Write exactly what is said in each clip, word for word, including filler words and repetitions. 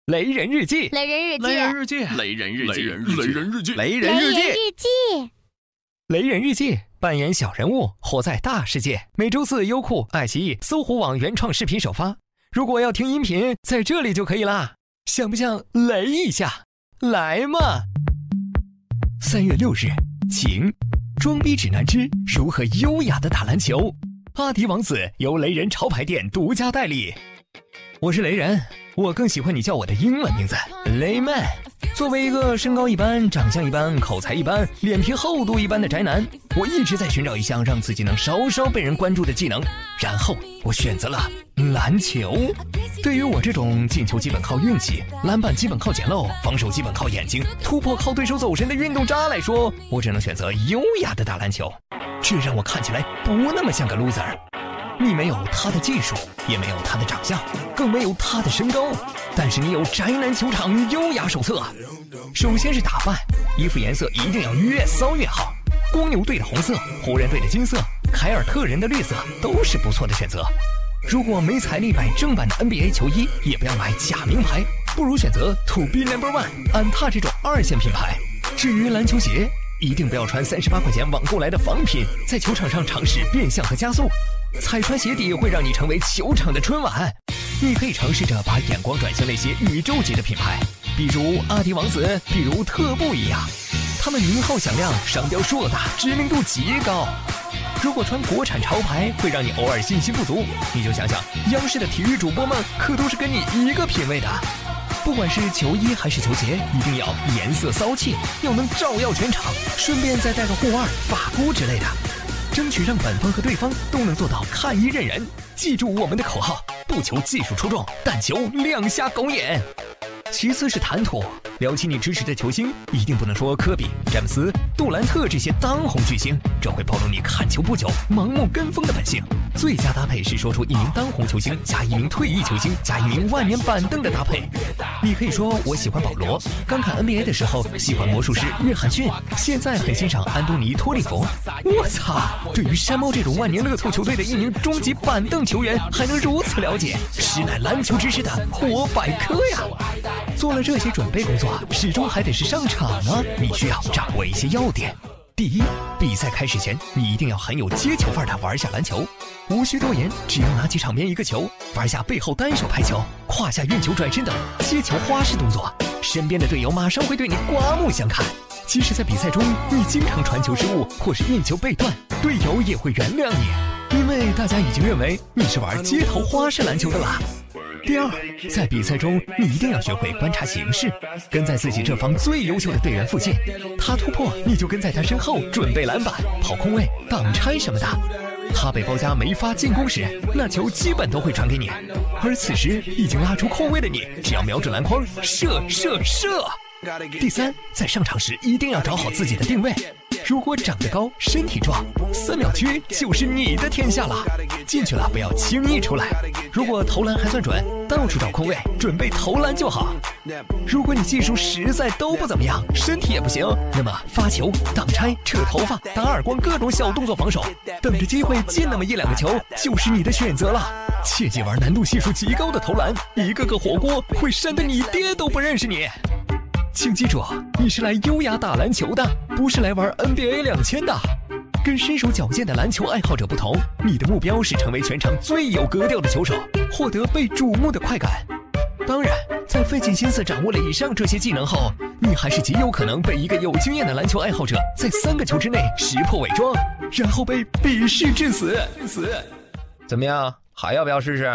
雷人日记， 雷人日记， 雷人日记， 雷人日记， 雷人日记， 雷人日记， 雷人日记， 雷人日记，扮演小人物，活在大世界。每周四，优酷、爱奇艺、搜狐网原创视频首发。如果要听音频，在这里就可以啦。想不想雷一下？来嘛！三月六日，晴。装逼指南之如何优雅的打篮球，阿迪王子由雷人潮牌店独家代理。我是雷人，我更喜欢你叫我的英文名字雷曼。作为一个身高一般、长相一般、口才一般、脸皮厚度一般的宅男，我一直在寻找一项让自己能稍稍被人关注的技能，然后我选择了篮球。对于我这种进球基本靠运气，篮板基本靠捡漏，防守基本靠眼睛，突破靠对手走神的运动渣来说，我只能选择优雅的打篮球，这让我看起来不那么像个 loser。你没有他的技术，也没有他的长相，更没有他的身高，但是你有宅男球场优雅手册。首先是打扮，衣服颜色一定要越骚越好，公牛队的红色，湖人队的金色，凯尔特人的绿色都是不错的选择。如果没财力买正版的 N B A 球衣，也不要买假名牌，不如选择 To Be Number One 安踏这种二线品牌。至于篮球鞋，一定不要穿三十八块钱网购来的仿品，在球场上尝试变向和加速，踩穿鞋底会让你成为球场的春晚。你可以尝试着把眼光转向那些宇宙级的品牌，比如阿迪王子，比如特步一样，他们名号响亮，商标硕大，知名度极高。如果穿国产潮牌会让你偶尔信心不足，你就想想央视的体育主播们可都是跟你一个品味的。不管是球衣还是球鞋，一定要颜色骚气，要能照耀全场，顺便再带个护腕、发箍之类的，争取让本方和对方都能做到看一认人。记住我们的口号，不求技术出众，但求亮瞎狗眼。其次是谈吐，聊起你支持的球星，一定不能说科比、詹姆斯、杜兰特这些当红巨星，这会暴露你看球不久、盲目跟风的本性。最佳搭配是说出一名当红球星加一名退役球星加一名万年板凳的搭配。你可以说我喜欢保罗，刚看 N B A 的时候喜欢魔术师约翰逊，现在很欣赏安东尼托利弗。我操！对于山猫这种万年乐透球队的一名终极板凳球员还能如此了解，实乃篮球知识的活百科呀！做了这些准备工作，始终还得是上场啊！你需要掌握一些要点。第一，比赛开始前，你一定要很有接球范儿的玩下篮球，无需多言，只要拿起场边一个球，玩下背后单手拍球、胯下运球转身等接球花式动作，身边的队友马上会对你刮目相看。即使在比赛中你经常传球失误或是运球被断，队友也会原谅你，因为大家已经认为你是玩街头花式篮球的啦。第二，在比赛中你一定要学会观察形势，跟在自己这方最优秀的队员附近，他突破你就跟在他身后准备篮板、跑空位、挡拆什么的。他被包夹没法进攻时，那球基本都会传给你，而此时已经拉出空位的你，只要瞄准篮筐射射射。第三，在上场时一定要找好自己的定位，如果长得高身体壮，三秒区就是你的天下了。进去了不要轻易出来，如果投篮还算准，到处找空位准备投篮就好。如果你技术实在都不怎么样，身体也不行，那么发球、挡拆、扯头发、打耳光各种小动作防守，等着机会进那么一两个球就是你的选择了。切记玩难度系数极高的投篮，一个个火锅会扇得你爹都不认识你。请记住，你是来优雅打篮球的，不是来玩 N B A 两千的。跟身手矫健的篮球爱好者不同，你的目标是成为全场最有格调的球手，获得被瞩目的快感。当然，在费尽心思掌握了以上这些技能后，你还是极有可能被一个有经验的篮球爱好者在三个球之内识破伪装，然后被鄙视致死。死。怎么样，还要不要试试？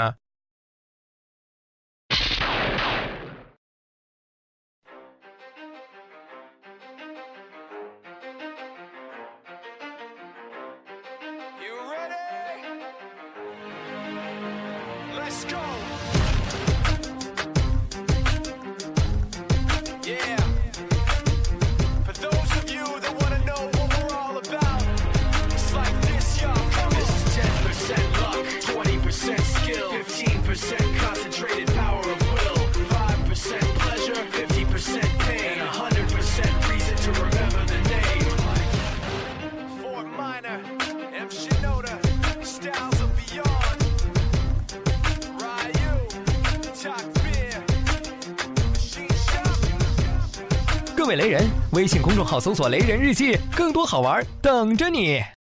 Let's go. Yeah. For those of you that want to know what we're all about, it's like this, y'all. This is ten percent luck, twenty percent skill, fifteen percent concentrated power of will, five percent pleasure, fifty percent pain, and one hundred percent reason to remember the name. Fort Minor, M. Shinoda, Styles of Beyond. Ryu. 各位雷人，微信公众号搜索雷人日记，更多好玩等着你。